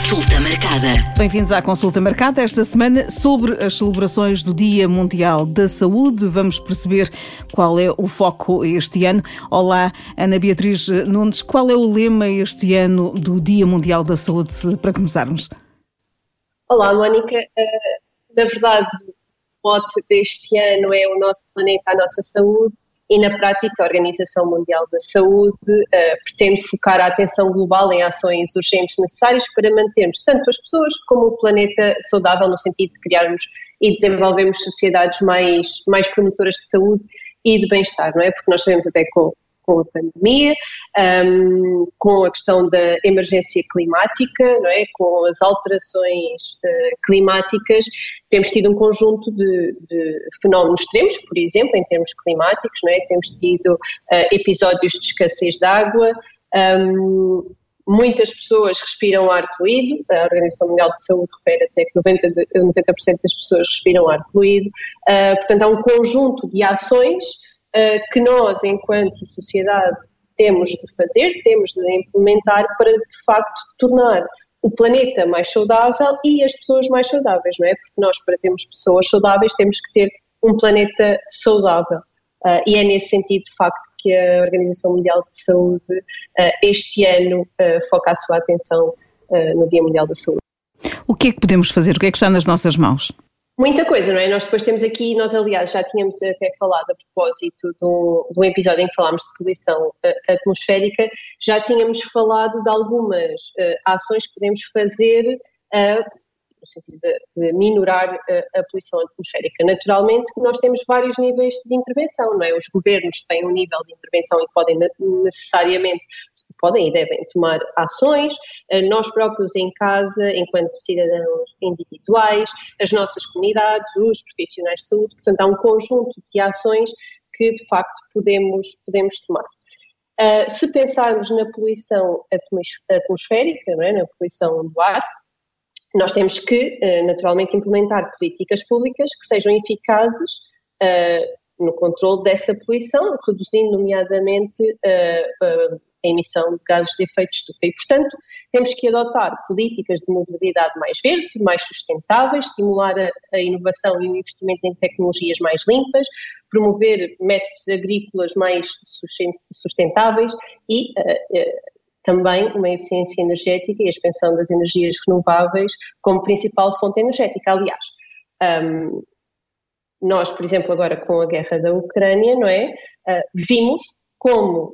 Consulta marcada. Bem-vindos à Consulta Marcada. Esta semana, sobre as celebrações do Dia Mundial da Saúde, vamos perceber qual é o foco este ano. Olá, Ana Beatriz Nunes. Qual é o lema este ano do Dia Mundial da Saúde, para começarmos? Olá, Mónica. Na verdade, o mote deste ano é o nosso planeta, a nossa saúde. E, na prática, a Organização Mundial da Saúde pretende focar a atenção global em ações urgentes necessárias para mantermos tanto as pessoas como o planeta saudável, no sentido de criarmos e desenvolvermos sociedades mais promotoras de saúde e de bem-estar, não é? Porque nós sabemos até com a pandemia, com a questão da emergência climática, não é? Com as alterações climáticas, temos tido um conjunto de fenómenos extremos, por exemplo, em termos climáticos, não é? Temos tido episódios de escassez de água, muitas pessoas respiram ar poluído, a Organização Mundial de Saúde refere até que 90% das pessoas respiram ar poluído, portanto há um conjunto de ações que nós, enquanto sociedade, temos de fazer, temos de implementar para, de facto, tornar o planeta mais saudável e as pessoas mais saudáveis, não é? Porque nós, para termos pessoas saudáveis, temos que ter um planeta saudável. E é nesse sentido, de facto, que a Organização Mundial de Saúde, este ano, foca a sua atenção no Dia Mundial da Saúde. O que é que podemos fazer? O que é que está nas nossas mãos? Muita coisa, não é? Nós depois temos aqui, nós aliás já tínhamos até falado a propósito de um episódio em que falámos de poluição atmosférica, já tínhamos falado de algumas ações que podemos fazer no sentido de minorar a poluição atmosférica. Naturalmente que nós temos vários níveis de intervenção, não é? Os governos têm um nível de intervenção e podem necessariamente podem e devem tomar ações, nós próprios em casa, enquanto cidadãos individuais, as nossas comunidades, os profissionais de saúde, portanto há um conjunto de ações que de facto podemos tomar. Se pensarmos na poluição atmosférica, não é? Na poluição do ar, nós temos que naturalmente implementar políticas públicas que sejam eficazes no controle dessa poluição, reduzindo nomeadamente a emissão de gases de efeito de estufa. E, portanto, temos que adotar políticas de mobilidade mais verde, mais sustentáveis, estimular a inovação e o investimento em tecnologias mais limpas, promover métodos agrícolas mais sustentáveis e também uma eficiência energética e a expansão das energias renováveis como principal fonte energética. Aliás, nós, por exemplo, agora com a guerra da Ucrânia, não é? Vimos como,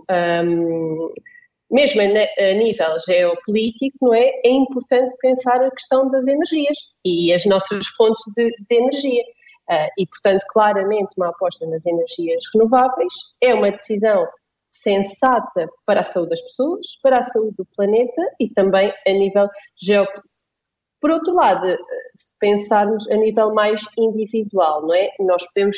mesmo a nível geopolítico, não é? É importante pensar a questão das energias e as nossas fontes de energia. E, portanto, claramente uma aposta nas energias renováveis é uma decisão sensata para a saúde das pessoas, para a saúde do planeta e também a nível geopolítico. Por outro lado, se pensarmos a nível mais individual, não é? Nós podemos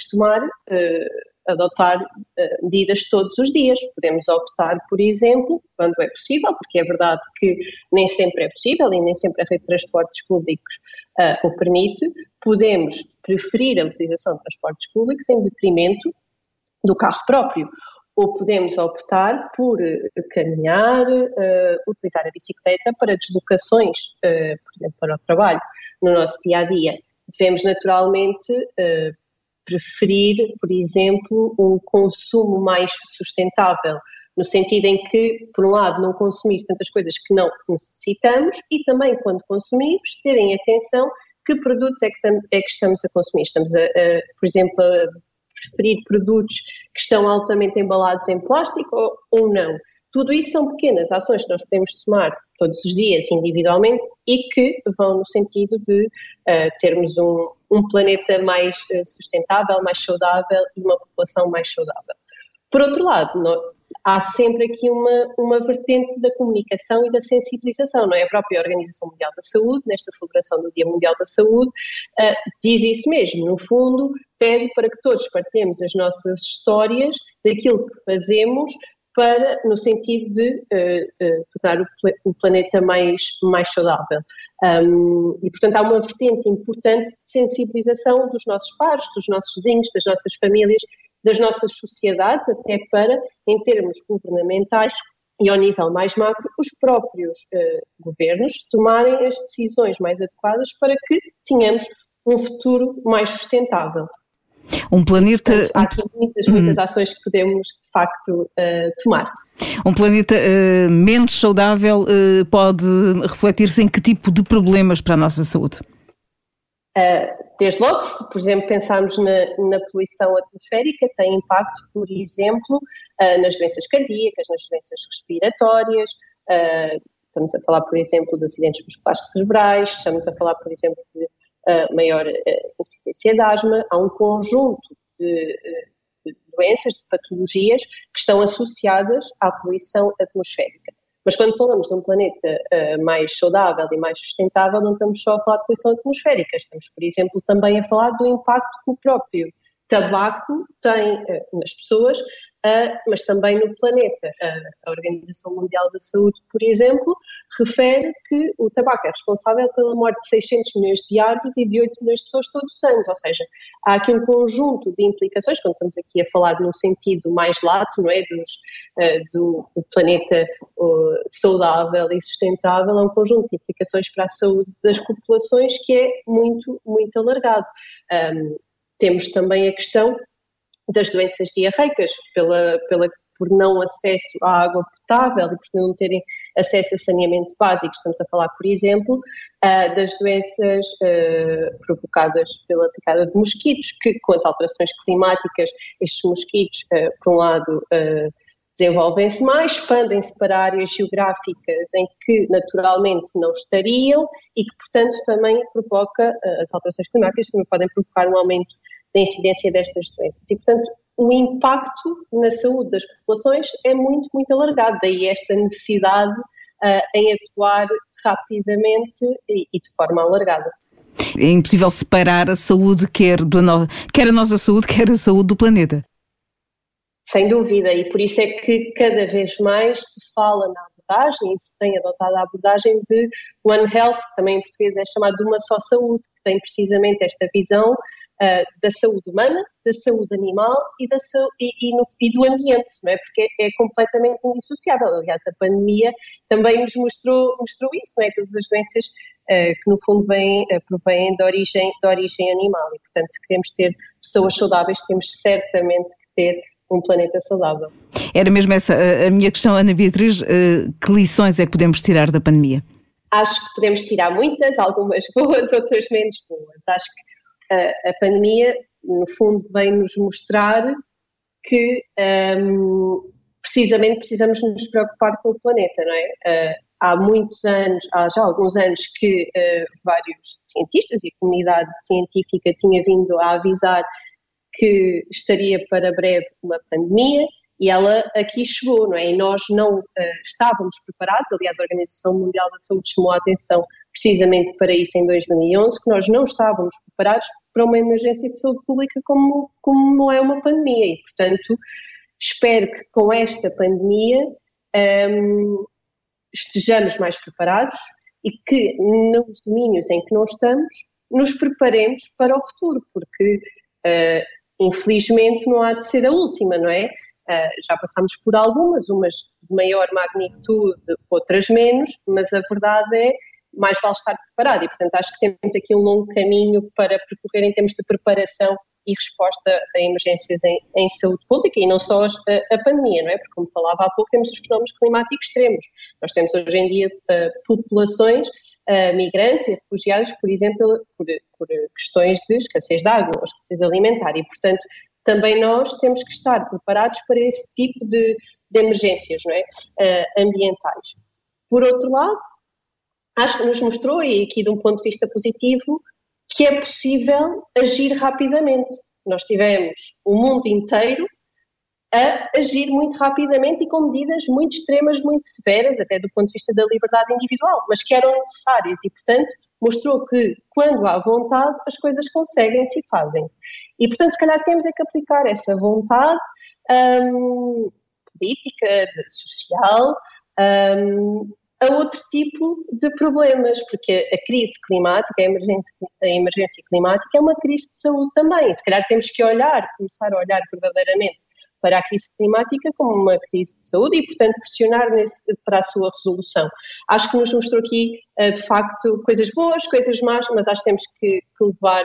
adotar medidas todos os dias. Podemos optar, por exemplo, quando é possível, porque é verdade que nem sempre é possível e nem sempre a rede de transportes públicos o permite, podemos preferir a utilização de transportes públicos em detrimento do carro próprio. Ou podemos optar por caminhar, utilizar a bicicleta para deslocações, por exemplo, para o trabalho. No nosso dia-a-dia, devemos naturalmente preferir, por exemplo, um consumo mais sustentável, no sentido em que, por um lado, não consumir tantas coisas que não necessitamos e também, quando consumimos, terem atenção que produtos é que estamos a consumir. Estamos, por exemplo, a preferir produtos que estão altamente embalados em plástico ou não. Tudo isso são pequenas ações que nós podemos tomar todos os dias individualmente e que vão no sentido de termos um planeta mais sustentável, mais saudável e uma população mais saudável. Por outro lado, há sempre aqui uma vertente da comunicação e da sensibilização, não é? A própria Organização Mundial da Saúde, nesta celebração do Dia Mundial da Saúde, diz isso mesmo. No fundo, pede para que todos partilhemos as nossas histórias daquilo que fazemos no sentido de tornar o planeta mais saudável. E, portanto, há uma vertente importante de sensibilização dos nossos pares, dos nossos vizinhos, das nossas famílias, das nossas sociedades, até para, em termos governamentais, e ao nível mais macro, os próprios governos tomarem as decisões mais adequadas para que tenhamos um futuro mais sustentável. Um planeta... Portanto, há aqui muitas ações que podemos, de facto, tomar. Um planeta menos saudável pode refletir-se em que tipo de problemas para a nossa saúde? Desde logo, se, por exemplo, pensarmos na poluição atmosférica, tem impacto, por exemplo, nas doenças cardíacas, nas doenças respiratórias, estamos a falar, por exemplo, de acidentes musculares cerebrais, estamos a falar, por exemplo, de maior incidência de asma. Há um conjunto de doenças, de patologias que estão associadas à poluição atmosférica. Mas quando falamos de um planeta mais saudável e mais sustentável, não estamos só a falar de poluição atmosférica, estamos, por exemplo, também a falar do impacto que o próprio tabaco tem nas pessoas, mas também no planeta. A Organização Mundial da Saúde, por exemplo, refere que o tabaco é responsável pela morte de 600 milhões de árvores e de 8 milhões de pessoas todos os anos, ou seja, há aqui um conjunto de implicações, quando estamos aqui a falar num sentido mais lato, não é, do planeta saudável e sustentável, há um conjunto de implicações para a saúde das populações que é muito, muito alargado. Temos também a questão das doenças diarreicas, por não acesso à água potável e por não terem acesso a saneamento básico. Estamos a falar, por exemplo, das doenças provocadas pela picada de mosquitos, que com as alterações climáticas, estes mosquitos, por um lado, desenvolvem-se mais, expandem-se para áreas geográficas em que naturalmente não estariam e que, portanto, também provoca, as alterações climáticas também podem provocar um aumento da incidência destas doenças. E, portanto, o impacto na saúde das populações é muito, muito alargado. Daí esta necessidade em atuar rapidamente e de forma alargada. É impossível separar a saúde, quer a nossa saúde, quer a saúde do planeta. Sem dúvida, e por isso é que cada vez mais se fala na abordagem e se tem adotado a abordagem de One Health, que também em português é chamado de uma só saúde, que tem precisamente esta visão da saúde humana, da saúde animal e do ambiente, não é? Porque é completamente indissociável. Aliás, a pandemia também nos mostrou isso, não é? Todas as doenças que no fundo provêm de origem animal e, portanto, se queremos ter pessoas saudáveis, temos certamente que ter um planeta saudável. Era mesmo essa a minha questão, Ana Beatriz, que lições é que podemos tirar da pandemia? Acho que podemos tirar muitas, algumas boas, outras menos boas. Acho que a pandemia, no fundo, vem-nos mostrar que precisamente precisamos nos preocupar com o planeta, não é? Há já alguns anos que vários cientistas e a comunidade científica tinha vindo a avisar que estaria para breve uma pandemia e ela aqui chegou, não é? E nós não estávamos preparados, aliás, a Organização Mundial da Saúde chamou a atenção precisamente para isso em 2011, que nós não estávamos preparados para uma emergência de saúde pública como não é uma pandemia e, portanto, espero que com esta pandemia estejamos mais preparados e que nos domínios em que não estamos nos preparemos para o futuro, porque infelizmente não há de ser a última, não é? Já passámos por algumas, umas de maior magnitude, outras menos, mas a verdade é mais vale estar preparado e, portanto, acho que temos aqui um longo caminho para percorrer em termos de preparação e resposta a emergências em saúde pública e não só a pandemia, não é? Porque, como falava há pouco, temos os fenómenos climáticos extremos. Nós temos hoje em dia populações migrantes e refugiados, por exemplo, por questões de escassez de água ou escassez alimentar e, portanto, também nós temos que estar preparados para esse tipo de emergências, não é? Ambientais. Por outro lado, acho que nos mostrou, e aqui de um ponto de vista positivo, que é possível agir rapidamente. Nós tivemos o mundo inteiro a agir muito rapidamente e com medidas muito extremas, muito severas, até do ponto de vista da liberdade individual, mas que eram necessárias e, portanto, mostrou que quando há vontade as coisas conseguem-se e fazem-se. E, portanto, se calhar temos é que aplicar essa vontade política, social, a outro tipo de problemas, porque a crise climática, a emergência climática é uma crise de saúde também. Se calhar temos que começar a olhar verdadeiramente para a crise climática como uma crise de saúde e, portanto, pressionar para a sua resolução. Acho que nos mostrou aqui, de facto, coisas boas, coisas más, mas acho que temos que levar,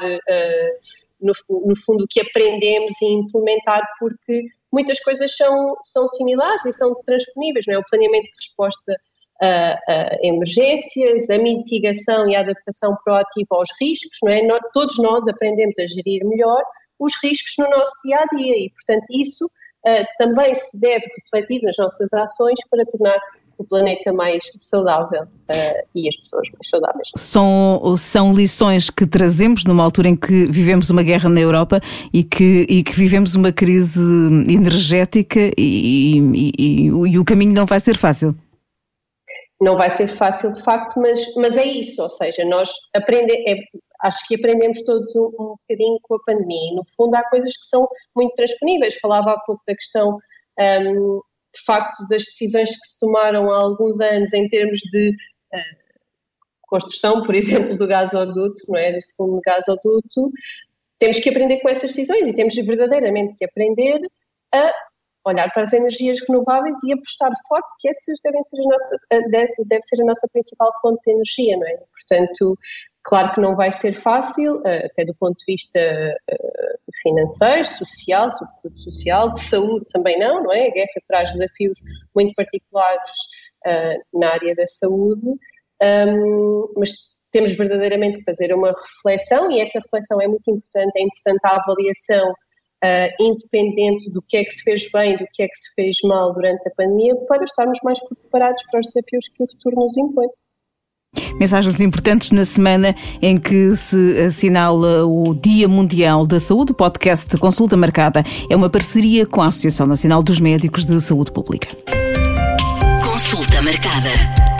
no fundo, o que aprendemos e implementar, porque muitas coisas são similares e são transponíveis, não é? O planeamento de resposta a emergências, a mitigação e a adaptação proativa aos riscos, não é? Todos nós aprendemos a gerir melhor os riscos no nosso dia-a-dia e, portanto, isso também se deve refletir nas nossas ações para tornar o planeta mais saudável e as pessoas mais saudáveis. São lições que trazemos numa altura em que vivemos uma guerra na Europa e que vivemos uma crise energética e o caminho não vai ser fácil. Não vai ser fácil, de facto, mas é isso, ou seja, nós acho que aprendemos todos um bocadinho com a pandemia e, no fundo, há coisas que são muito transponíveis. Falava há pouco da questão, de facto, das decisões que se tomaram há alguns anos em termos de construção, por exemplo, do gasoduto, não é? Do segundo gasoduto. Temos que aprender com essas decisões e temos verdadeiramente que aprender a olhar para as energias renováveis e apostar forte que essas deve ser a nossa principal fonte de energia, não é? Portanto, claro que não vai ser fácil, até do ponto de vista financeiro, social, sobretudo social, de saúde também não é? A guerra traz desafios muito particulares na área da saúde, mas temos verdadeiramente que fazer uma reflexão e essa reflexão é muito importante, é importante a avaliação independente do que é que se fez bem, do que é que se fez mal durante a pandemia, para estarmos mais preparados para os desafios que o futuro nos impõe. Mensagens importantes na semana em que se assinala o Dia Mundial da Saúde. O podcast Consulta Marcada é uma parceria com a Associação Nacional dos Médicos de Saúde Pública. Consulta Marcada.